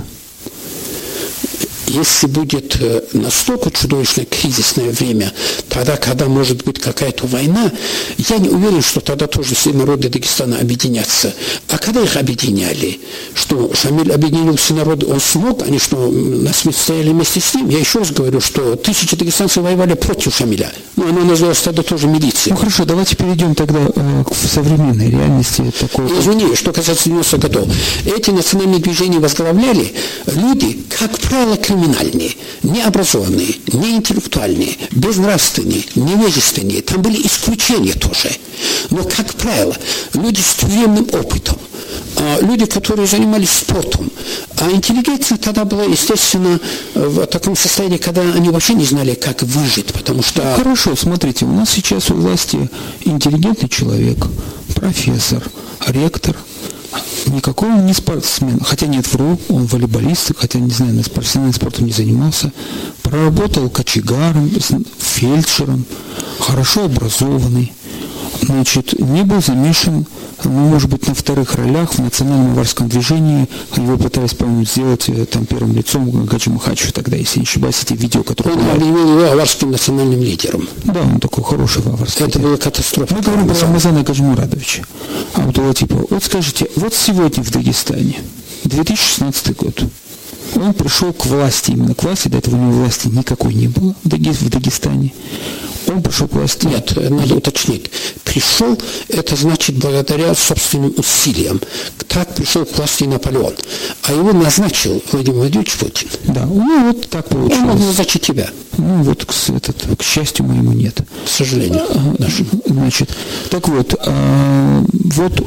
Если будет настолько чудовищное кризисное время, тогда, когда может быть какая-то война, я не уверен, что тогда тоже все народы Дагестана объединятся. А когда их объединяли, что Шамиль объединил все народы, он смог, они что, на смерть стояли вместе с ним? Я еще раз говорю, что тысячи дагестанцев воевали против Шамиля. Но она называлась тогда тоже милицией. Ну хорошо, давайте перейдем тогда к современной реальности. Извини, что касается 90-х годов. Эти национальные движения возглавляли люди, как правило, криминальные, необразованные, неинтеллектуальные, безнравственные, невежественные. Там были исключения тоже. Но, как правило, люди с тюремным опытом, люди, которые занимались спортом. А интеллигенция тогда была, естественно, в таком состоянии, когда они вообще не знали, как выжить, потому что... Хорошо, смотрите, у нас сейчас у власти интеллигентный человек, профессор, ректор, никакой он не спортсмен, хотя нет, вру, он волейболист, хотя, не знаю, профессиональным спортом не занимался, проработал кочегаром, фельдшером, хорошо образованный, значит, не был замешан, ну, может быть, на вторых ролях в национальном аварском движении. Его пытались, по-моему, сделать там первым лицом Гаджи Махачев тогда, если не ошибаюсь, эти видео, которые... Он объявил его аварским национальным лидером. Да, он такой хороший аварский. Это была катастрофа. Мы говорим про Рамазана Гаджимурадовича Абдулатипова. Вот скажите, вот сегодня в Дагестане, 2016 год, он пришел к власти, именно к власти, до этого у него власти никакой не было в Дагестане. Он пришел к власти. Нет, надо уточнить. Пришел, это значит благодаря собственным усилиям. Так пришел к власти Наполеон. А его назначил Владимир Владимирович Путин. Да, ну вот так получилось. Он мог назначить тебя. Ну вот, к счастью моему, нет. К сожалению. Значит, так вот, вот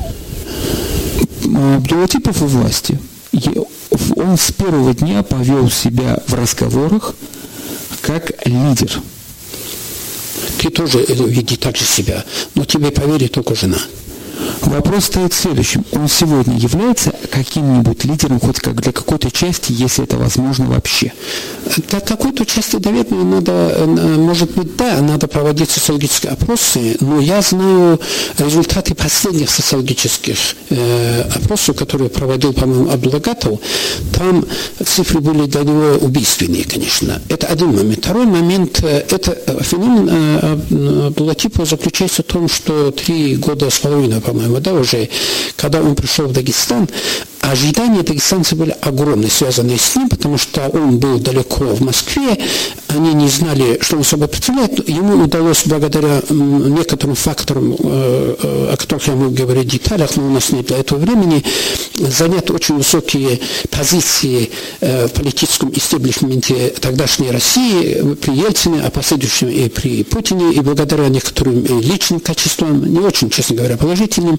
Абдулатипов у власти. Он с первого дня повел себя в разговорах как лидер. Ты тоже веди так же себя, но тебе поверит только жена. Вопрос стоит в следующем. Он сегодня является каким-нибудь лидером хоть как для какой-то части, если это возможно вообще? Для какой-то части, наверное, надо, может быть, да, надо проводить социологические опросы, но я знаю результаты последних социологических опросов, которые проводил, по-моему, Абдуллагатов. Там цифры были для него убийственные, конечно. Это один момент. Второй момент, это феномен Абдуллатипова заключается в том, что 3 года с половиной, по-моему, да, уже, когда он пришел в Дагестан, ожидания дагестанцев были огромные, связанные с ним, потому что он был далеко в Москве, они не знали, что он собой представляет. Ему удалось, благодаря некоторым факторам, о которых я могу говорить в деталях, но у нас нет для этого времени, занять очень высокие позиции в политическом истеблишменте тогдашней России при Ельцине, а последующем и при Путине, и благодаря некоторым личным качествам, не очень, честно говоря, положительным.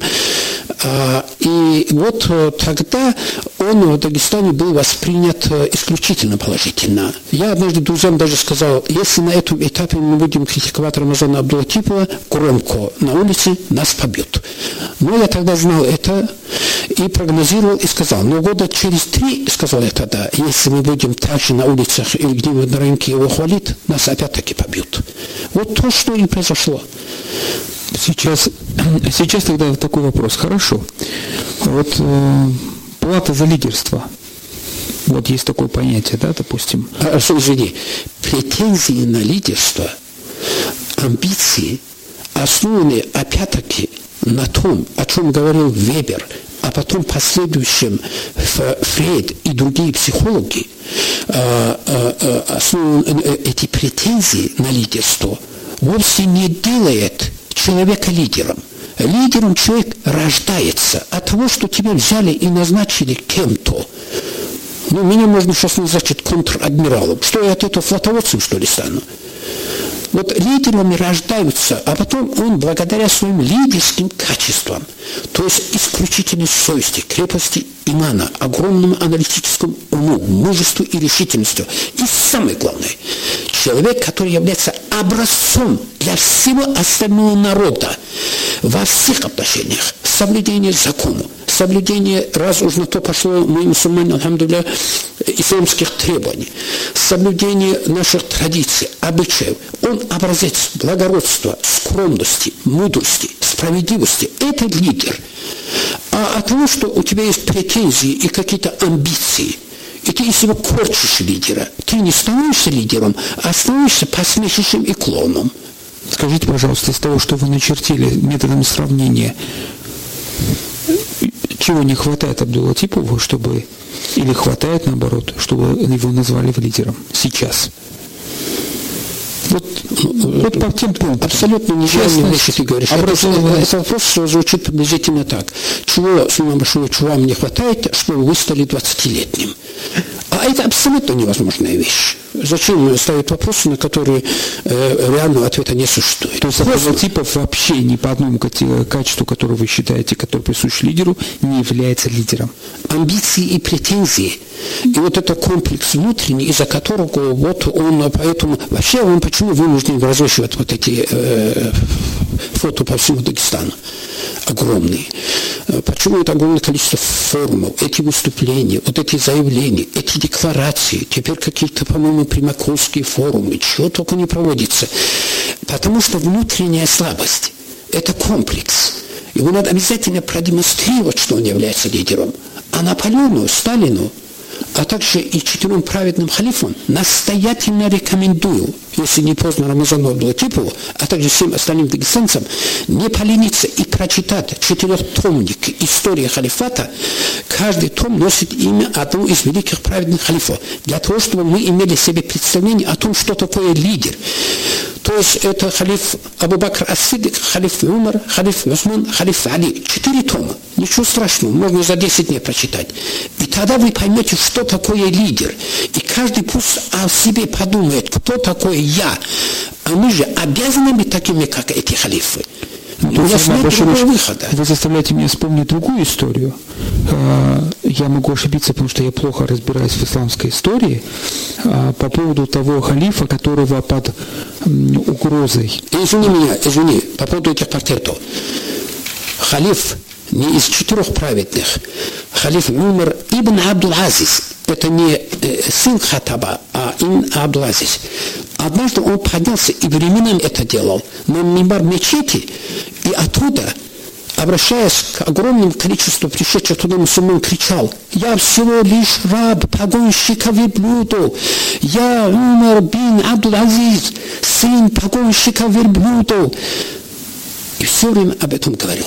И вот тогда он в Дагестане был воспринят исключительно положительно. Я однажды друзьям даже сказал, если на этом этапе мы будем критиковать Рамазана Абдуллатипова громко на улице, нас побьют. Но я тогда знал это и прогнозировал, и сказал, но года через 3, сказал я тогда, если мы будем также на улицах или где-нибудь на рынке его хвалить, нас опять-таки побьют. Вот то, что и произошло. Сейчас тогда такой вопрос. Хорошо. Вот плата за лидерство. Вот есть такое понятие, да, допустим. Извини, претензии на лидерство, амбиции основаны опять-таки на том, о чем говорил Вебер, а потом в последующем Фрейд и другие психологи, эти претензии на лидерство вовсе не делает человека лидером. Лидером человек рождается от того, что тебя взяли и назначили кем-то. Ну, меня можно сейчас назначить контр-адмиралом. Что я от этого флотоводцем, что ли, стану? Вот лидерами рождаются, а потом он благодаря своим лидерским качествам, то есть исключительной совести, крепости имана, огромному аналитическому уму, мужеству и решительностью. И самое главное, человек, который является образцом для всего остального народа во всех отношениях, соблюдение закона, соблюдение, раз уж на то пошло, мы мусульмане, алхамдулилля, исламских требований, соблюдение наших традиций, обычаев. Он образец благородства, скромности, мудрости, справедливости. Это лидер. А от того, что у тебя есть претензии и какие-то амбиции, и ты из него корчишь лидера, ты не становишься лидером, а становишься посмешищем и клоуном. Скажите, пожалуйста, из того, что вы начертили методом сравнения, чего не хватает Абдул-Латипову, чтобы, или хватает наоборот, чтобы его назвали лидером сейчас? Вот по тем пунктам. Абсолютно неверные вещи ты говоришь. Этот вопрос звучит приблизительно так. Чего, Сулейман Баширович, вам не хватает, чтобы вы стали 20-летним? А это абсолютно невозможная вещь. Зачем ставить вопросы, на которые реального ответа не существует? То есть Абдул-Латипов вообще ни по одному качеству, которое вы считаете, которое присуще лидеру, не является лидером? Амбиции и претензии. И вот это комплекс внутренний, из-за которого вот он, поэтому вообще он почему вынужден развешивать вот эти фото по всему Дагестану? Огромные. Почему это огромное количество форумов, эти выступления, вот эти заявления, эти декларации, теперь какие-то, по-моему, примакульские форумы, чего только не проводится. Потому что внутренняя слабость – это комплекс. Его надо обязательно продемонстрировать, что он является лидером. А Наполеону, Сталину, а также и 4 праведным халифам настоятельно рекомендую, если не поздно Рамазану Абдул-Латипову, а также всем остальным дагестанцам, не полениться и прочитать 4-томник истории халифата. Каждый том носит имя одного из великих праведных халифов, для того, чтобы мы имели себе представление о том, что такое лидер. То есть это халиф Абу Бакр ас-Сиддик, халиф Умар, халиф Усман, халиф Али. 4 тома. Ничего страшного, можно за 10 дней прочитать. И тогда вы поймете, что такое лидер. И каждый пусть о себе подумает, кто такой я. А мы же обязаны быть такими, как эти халифы. У нас нет другого выхода. Вы заставляете меня вспомнить другую историю. Я могу ошибиться, потому что я плохо разбираюсь в исламской истории. По поводу того халифа, которого под угрозой. Извини, по поводу этих портретов. Халиф не из 4 праведных. Халиф Умар ибн Абдул-Азиз. Это не сын Хаттаба, а ибн Абдул-Азиз. Однажды он поднялся и временами это делал на мимбар мечети, и оттуда, обращаясь к огромному количеству пришедших туда мусульман, кричал: «Я всего лишь раб погонщика верблюдов, я Умар бин Абдул-Азиз, сын погонщика верблюдов». И все время об этом говорил.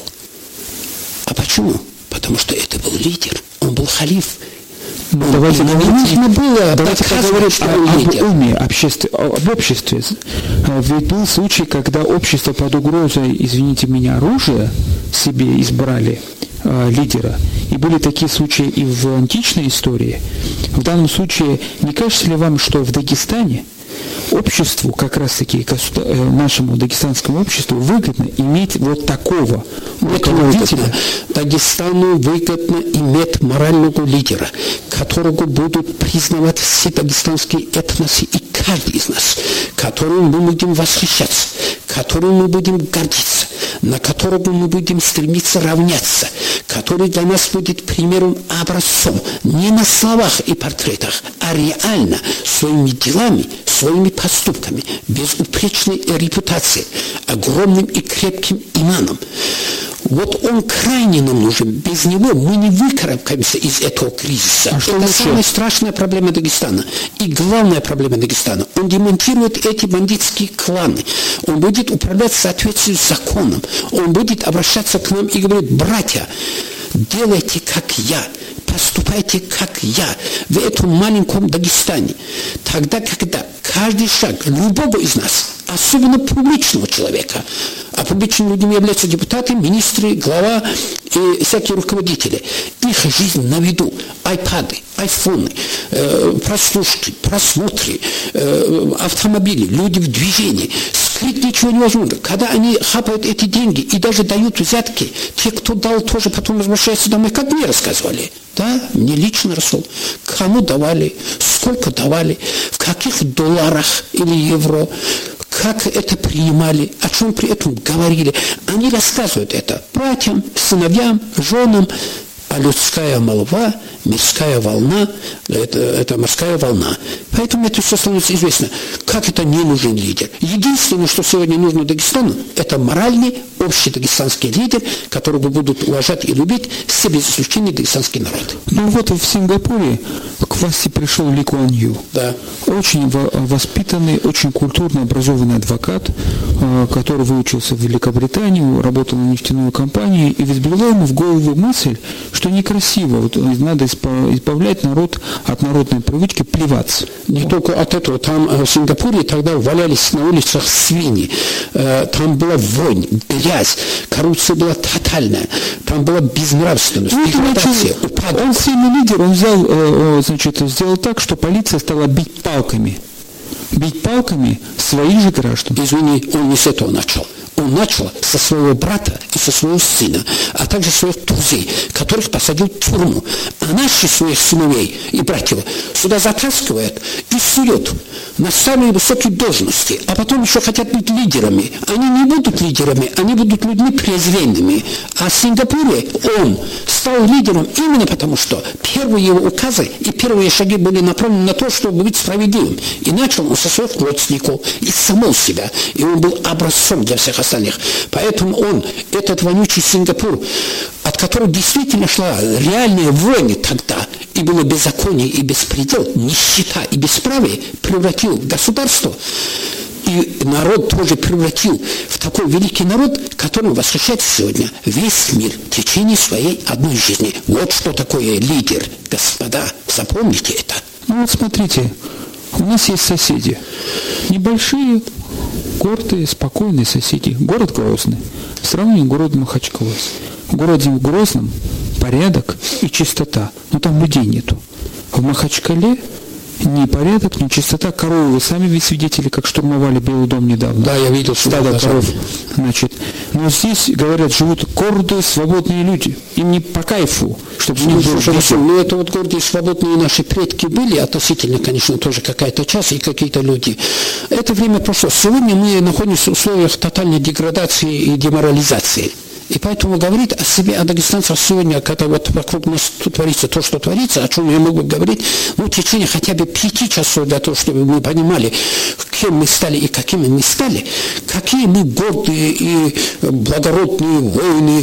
А почему? Потому что это был лидер, он был халиф. Давайте поговорить об уме, об обществе. Ведь был случай, когда общество под угрозой, извините меня, оружия себе избрали лидера. И были такие случаи и в античной истории. В данном случае, не кажется ли вам, что в Дагестане обществу, как раз таки нашему дагестанскому обществу, выгодно иметь вот такого руководителя? Дагестану выгодно иметь морального лидера, которого будут признавать все дагестанские этносы и каждый из нас, которым мы будем восхищаться, которым мы будем гордиться, на которого мы будем стремиться равняться, который для нас будет примером, образцом, не на словах и портретах, а реально, своими делами, своими поступками, безупречной репутацией, огромным и крепким иманом. Вот он крайне нам нужен. Без него мы не выкарабкаемся из этого кризиса. Это самая страшная проблема Дагестана. И главная проблема Дагестана. Он демонтирует эти бандитские кланы. Он будет управлять в соответствии с законом. Он будет обращаться к нам и говорить: братья, делайте как я. Поступайте, как я, в этом маленьком Дагестане. Тогда, когда каждый шаг любого из нас, особенно публичного человека, а публичными людьми являются депутаты, министры, глава и всякие руководители, их жизнь на виду, айпады, айфоны, прослушки, просмотры, автомобили, люди в движении, скрыть ничего невозможно. Когда они хапают эти деньги и даже дают взятки, те, кто дал, тоже потом возвращаются домой, как мне рассказывали. Да, мне лично рассказывал, кому давали, сколько давали, в каких долларах или евро, как это принимали, о чем при этом говорили. Они рассказывают это братьям, сыновьям, женам. А людская молва, мирская волна, это морская волна. Поэтому это все становится известно. Как это не нужен лидер? Единственное, что сегодня нужно Дагестану, это моральный, общий дагестанский лидер, которого будут уважать и любить все без исключения дагестанский народ. Ну вот в Сингапуре к власти пришел Ли Куан Ю. Да. Очень воспитанный, очень культурно образованный адвокат, который выучился в Великобритании, работал на нефтяной компании, и взбрела ему в голову мысль, что некрасиво, вот надо избавлять народ от народной привычки плеваться. Не только от этого. Там в Сингапуре тогда валялись на улицах свиньи. Там была вонь, грязь, коррупция была тотальная. Там была безнравственность, деградация, упадок. Он сильный лидер, он взял, сделал так, что полиция стала бить палками. Бить палками своих же граждан. Извини, он не с этого начал. Он начал со своего брата и со своего сына, а также своих друзей, которых посадил в тюрьму. А наши своих сыновей и братьев сюда затаскивают и суют на самые высокие должности, а потом еще хотят быть лидерами. Они не будут лидерами, они будут людьми презренными. А в Сингапуре он стал лидером именно потому, что первые его указы и первые шаги были направлены на то, чтобы быть справедливым. И начал он со своих родственников, из самого себя. И он был образцом для всех остальных. Поэтому он, этот вонючий Сингапур, от которого действительно шла реальная вонь тогда, и было беззаконие и беспредел, нищета и бесправие, превратил в государство. И народ тоже превратил в такой великий народ, которым восхищается сегодня весь мир в течение своей одной жизни. Вот что такое лидер, господа. Запомните это. Ну вот смотрите, у нас есть соседи. Небольшие, гордые, спокойные соседи. Город Грозный. В сравнении с городом Махачкала. В городе Грозном порядок и чистота. Но там людей нету. В Махачкале ни порядок, ни чистота. Коровы, вы сами ведь свидетели, как штурмовали Белый дом недавно. Да, я видел стадо коров. Значит, но здесь, говорят, живут гордые, свободные люди. Им не по кайфу, чтобы ну, это вот гордые, свободные наши предки были, относительно, конечно, тоже какая-то часть и какие-то люди. Это время прошло. Сегодня мы находимся в условиях тотальной деградации и деморализации. И поэтому говорит о себе, о дагестанцах сегодня, когда вот вокруг нас тут творится то, что творится, о чем я могу говорить, в течение хотя бы 5 часов для того, чтобы мы понимали, кем мы стали и какими мы стали, какие мы гордые и благородные воины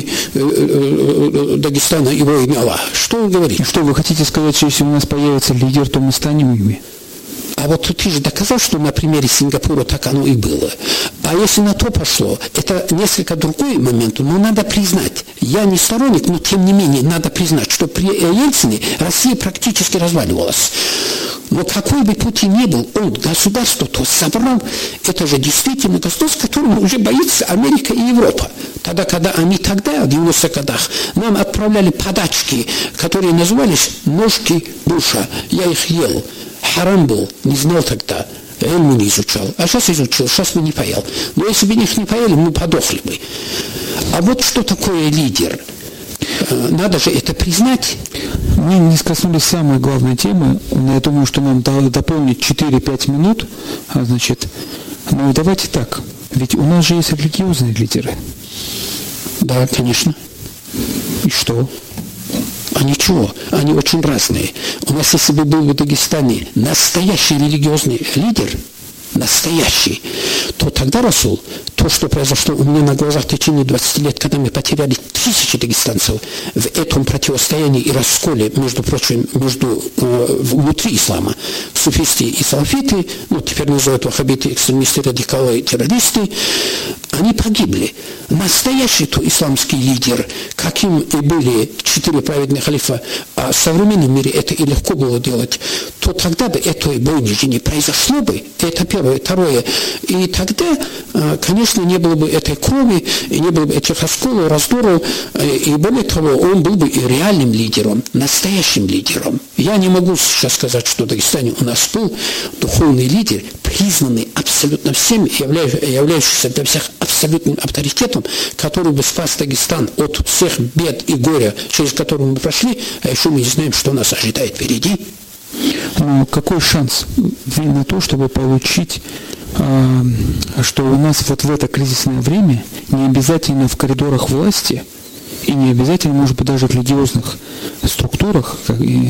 Дагестана и воины Аллаха. Что он говорит? Что вы хотите сказать, что если у нас появится лидер, то мы станем ими? А вот ты же доказал, что на примере Сингапура так оно и было. А если на то пошло, это несколько другой момент, но надо признать. Я не сторонник, но тем не менее надо признать, что при Ельцине Россия практически разваливалась. Но какой бы пути ни был, он государство то собрал, это же действительно государство, которому уже боится Америка и Европа. Тогда, когда они тогда, в 90-х годах, нам отправляли подачки, которые назывались «ножки Буша». Я их ел. Харам был, не знал тогда, эльму не изучал. А сейчас изучил, сейчас бы не поел. Но если бы их не поели, мы подохли бы. А вот что такое лидер? Надо же это признать. Мы не коснулись самой главной темы. Я думаю, что нам дополнить 4-5 минут. Значит, ну давайте так. Ведь у нас же есть религиозные лидеры. Да, конечно. И что? А ничего, они очень разные. У нас, если бы был в Дагестане настоящий религиозный лидер, настоящий, то тогда Расул, то то, что произошло у меня на глазах в течение 20 лет, когда мы потеряли тысячи дагестанцев в этом противостоянии и расколе, между прочим, внутри ислама, суфисты и салафиты, теперь называют ваххабиты, экстремисты, радикалы, террористы, они погибли. Настоящий исламский лидер, каким и были 4 праведных халифа, а в современном мире это и легко было делать, то тогда бы этой бойни не произошло бы, это первое. Второе, и тогда, конечно, не было бы этой крови, и не было бы этих расколов, раздоров, и более того, он был бы и реальным лидером, настоящим лидером. Я не могу сейчас сказать, что в Дагестане у нас был духовный лидер, признанный абсолютно всеми, являющийся для всех абсолютным авторитетом, который бы спас Дагестан от всех бед и горя, через которые мы прошли, а еще мы не знаем, что нас ожидает впереди. Какой шанс на то, чтобы получить, что у нас вот в это кризисное время не обязательно в коридорах власти и не обязательно, может быть, даже в религиозных структурах,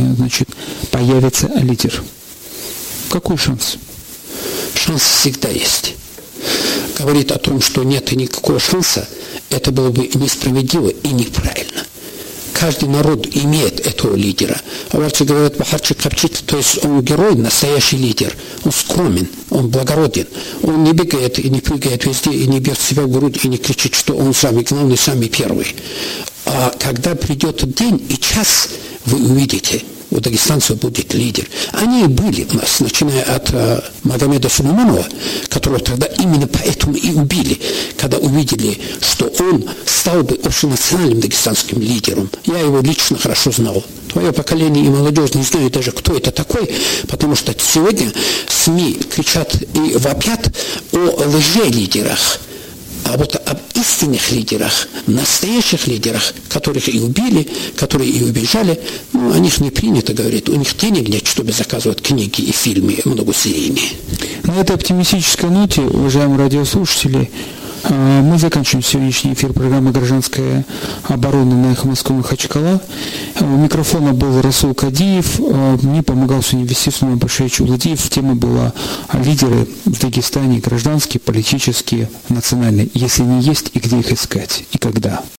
появится лидер? Какой шанс? Шанс всегда есть. Говорить о том, что нет никакого шанса, это было бы несправедливо и неправильно. Каждый народ имеет этого лидера. Аварцы говорят, бахарчик хапчит, то есть он герой, настоящий лидер. Он скромен, он благороден. Он не бегает и не прыгает везде, и не бьет себя в грудь, и не кричит, что он самый главный, самый первый. А когда придет день и час, вы увидите, у дагестанцев будет лидер. Они и были у нас, начиная от Магомеда Сулейманова, которого тогда именно поэтому и убили, когда увидели, что он стал бы общенациональным дагестанским лидером. Я его лично хорошо знал. Твое поколение и молодежь не знают даже, кто это такой, потому что сегодня СМИ кричат и вопят о лже-лидерах. А вот об истинных лидерах, настоящих лидерах, которых и убили, которые и убежали, о них не принято говорить. У них денег нет, чтобы заказывать книги и фильмы многосерийные. На этой оптимистической ноте, уважаемые радиослушатели, мы заканчиваем сегодняшний эфир программы «Гражданская оборона» на Эхо Москвы Махачкала. У микрофона был Расул Кадиев. Мне помогал сегодня вести Сулейман Пашевич Уладиев. Тема была лидеры в Дагестане, гражданские, политические, национальные. Если они есть, и где их искать, и когда.